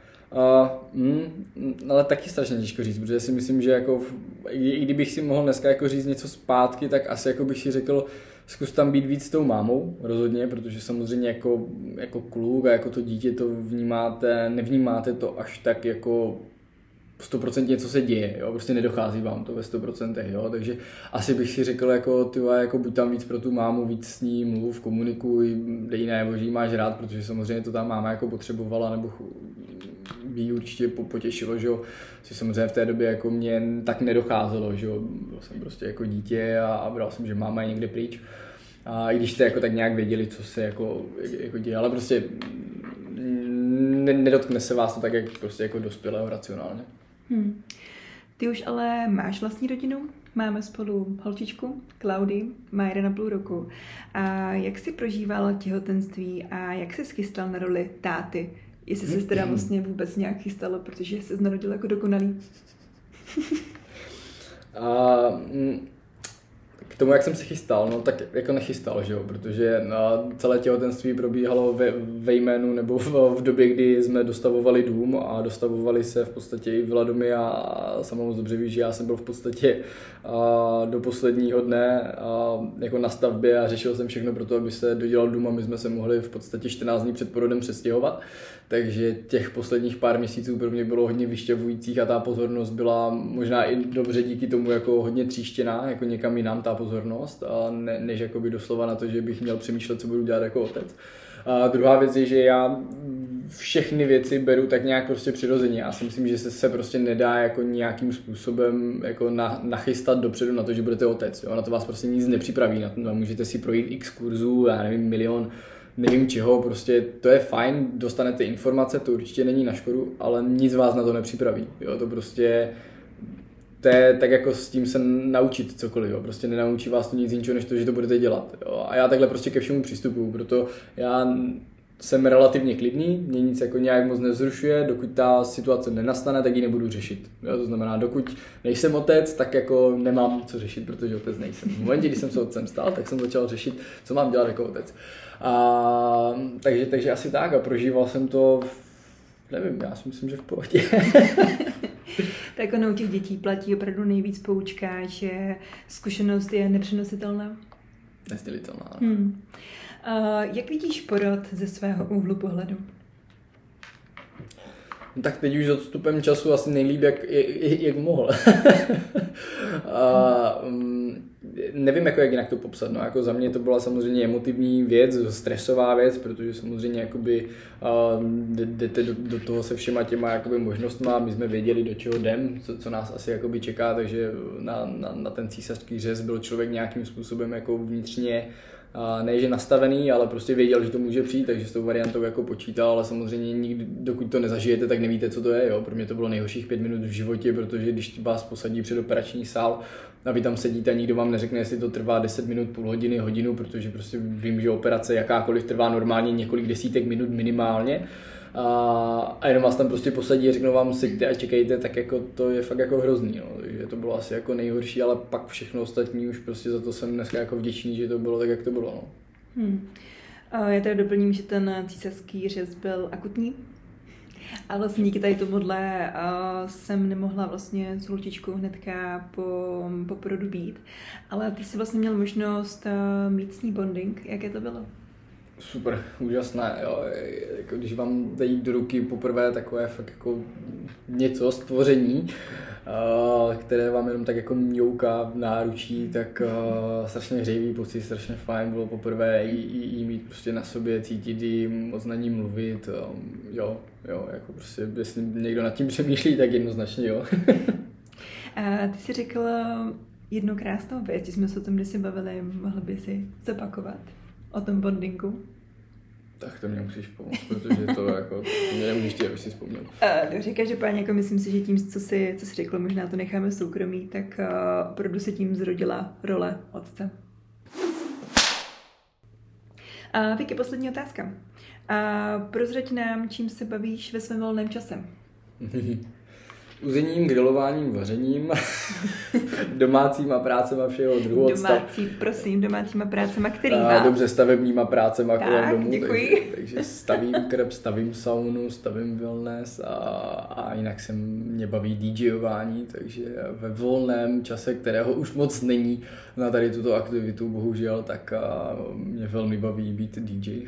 Ale taky strašně těžko říct, protože si myslím, že jako, i kdybych si mohl dneska jako říct něco zpátky, tak asi jako bych si řekl, zkus tam být víc s tou mámou, rozhodně, protože samozřejmě jako kluk a jako to dítě to nevnímáte to až tak jako 100% co se děje, jo? Prostě nedochází vám to ve 100%, jo? Takže asi bych si řekl, jako buď tam víc pro tu mámu, víc s ní mluv, komunikuj, dej najevo, že jí máš rád, protože samozřejmě to ta máma jako potřebovala, nebo by jí určitě potěšilo, že jo, si samozřejmě v té době jako mě tak nedocházelo, že jo, byl jsem prostě jako dítě a bral jsem, že máma je někde pryč. A i když jste jako tak nějak věděli, co se jako děje, ale prostě nedotkne se vás to tak, jak prostě jako dospělého racionálně. Ty už ale máš vlastní rodinu, máme spolu holčičku, Klaudii, má 1,5 roku. A jak jsi prožíval těhotenství a jak jsi chystal na roli táty? Jestli se teda vlastně vůbec nějak chystalo, protože jsi narodil jako dokonalý. tomu, jak jsem se chystal, no tak jako nechystal, že jo, protože celé těhotenství probíhalo ve jménu nebo v době, kdy jsme dostavovali dům a dostavovali se v podstatě i Vladomy a sama moc dobře víš, že já jsem byl v podstatě do posledního dne jako na stavbě a řešil jsem všechno pro to, aby se dodělal dům a my jsme se mohli v podstatě 14 dní před porodem přestěhovat. Takže těch posledních pár měsíců pro mě bylo hodně vyšťavujících a ta pozornost byla možná i dobře díky tomu jako hodně tříštěná, jako někam jinam ta pozornost, než jakoby doslova na to, že bych měl přemýšlet, co budu dělat jako otec. A druhá věc je, že já všechny věci beru tak nějak prostě přirozeně. Já si myslím, že se prostě nedá jako nějakým způsobem jako nachystat dopředu na to, že budete otec. Jo? Na to vás prostě nic nepřipraví. Na to můžete si projít x kurzů, já nevím, milion, nevím čeho, prostě to je fajn, dostanete informace, to určitě není na škodu, ale nic vás na to nepřipraví. Jo? To prostě to je tak jako s tím se naučit cokoliv, jo. Prostě nenaučí vás to nic jiného, než to, že to budete dělat. Jo. A já takhle prostě ke všemu přistupuju, proto já jsem relativně klidný, mě nic jako nějak moc nevzrušuje, dokud ta situace nenastane, tak ji nebudu řešit. Jo. To znamená, dokud nejsem otec, tak jako nemám co řešit, protože otec nejsem. V momentě, kdy jsem se otcem stal, tak jsem začal řešit, co mám dělat jako otec. Takže asi tak a prožíval jsem to, nevím, já si myslím, že v pohodě. Tak ono u těch dětí platí opravdu nejvíc poučka, že zkušenost je nepřenositelná. Nesdělitelná. Jak vidíš porod ze svého úhlu pohledu? No tak teď už s odstupem času asi nejlíp, jak mohl. Nevím, jak jinak to popsat. No, jako za mě to byla samozřejmě emotivní věc, stresová věc, protože samozřejmě jakoby, jdete do toho se všema těma jakoby, možnostma. My jsme věděli, do čeho jdem, co nás asi jakoby, čeká, takže na ten císařský řez byl člověk nějakým způsobem jako vnitřně ne, že nastavený, ale prostě věděl, že to může přijít, takže s tou variantou jako počítal, ale samozřejmě nikdy, dokud to nezažijete, tak nevíte, co to je. Jo? Pro mě to bylo nejhorších 5 minut v životě, protože když vás posadí před operační sál a vy tam sedíte a nikdo vám neřekne, jestli to trvá 10 minut, půl hodiny, hodinu, protože prostě vím, že operace jakákoliv trvá normálně několik desítek minut minimálně. A jenom vás tam prostě posadí a řeknou vám seďte a čekejte, tak jako to je fakt jako hrozný, no. Takže to bylo asi jako nejhorší, ale pak všechno ostatní už prostě za to jsem dneska jako vděčný, že to bylo tak, jak to bylo, no. Já tady doplním, že ten císařský řez byl akutní. A vlastně díky tady tomuhle jsem nemohla vlastně s holčičkou hnedka po porodu být. Ale ty jsi vlastně měl možnost mít s ní bonding. Jaké to bylo? Super, úžasné, jo. Jako když vám dají do ruky poprvé takové fakt jako něco stvoření, které vám jenom tak jako mňouká v náručí, tak strašně hřejivý pocit, strašně fajn bylo poprvé jí mít prostě na sobě, cítit jí, moc na ní mluvit, jo, jako prostě, jestli někdo nad tím přemýšlí, tak jednoznačně jo. Ty jsi řekl jednu krásnou věc, když jsme se o tom kdysi bavili, mohl by si zopakovat o tom bondingu? Tak to mě musíš pomoct, protože to jako, to mě nemůžeš tě, abych si vzpomněl. Dobře, každopádně jako myslím si, že tím, co jsi řekl, možná to necháme soukromí, tak opravdu se tím zrodila role otce. Vicky, poslední otázka. Prozrať nám, čím se bavíš ve svém volném čase? Uzením, grilováním, vařením, domácíma prácema všeho druhu. Domácíma prácema, kterýma? Dobře, stavebníma prácema kolem domu. Děkuji. Takže stavím krb, stavím saunu, stavím wellness a jinak se mě baví DJování, takže ve volném čase, kterého už moc není na tady tuto aktivitu, bohužel, tak mě velmi baví být DJ.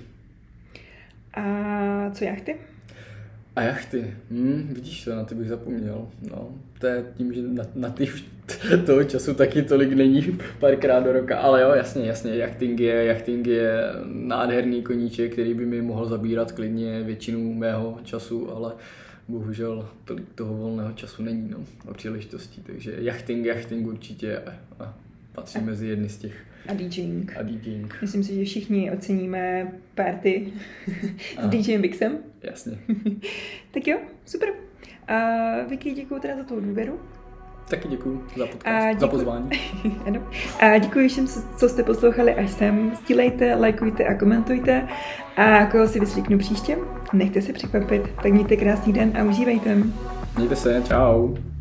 A co jachty? A jachty, vidíš to, na ty bych zapomněl, no, to je tím, že na ty už toho času taky tolik není párkrát do roka, ale jo, jasně, jachting je nádherný koníček, který by mi mohl zabírat klidně většinu mého času, ale bohužel tolik toho volného času není, no, a příležitostí, takže jachting určitě patří mezi jedny z těch. A DJing. DJing. Myslím si, že všichni oceníme party s DJem Bixem. Jasně. Tak jo, super. Vicky, děkuju teda za tu důvěru. Taky děkuju za podcast, za pozvání. Ano. A děkuji všem, co jste poslouchali až sem. Sdílejte, lajkujte a komentujte. A koho si vyslíknu příště, nechte se překvapit. Tak mějte krásný den a užívejte. Mějte se, čau.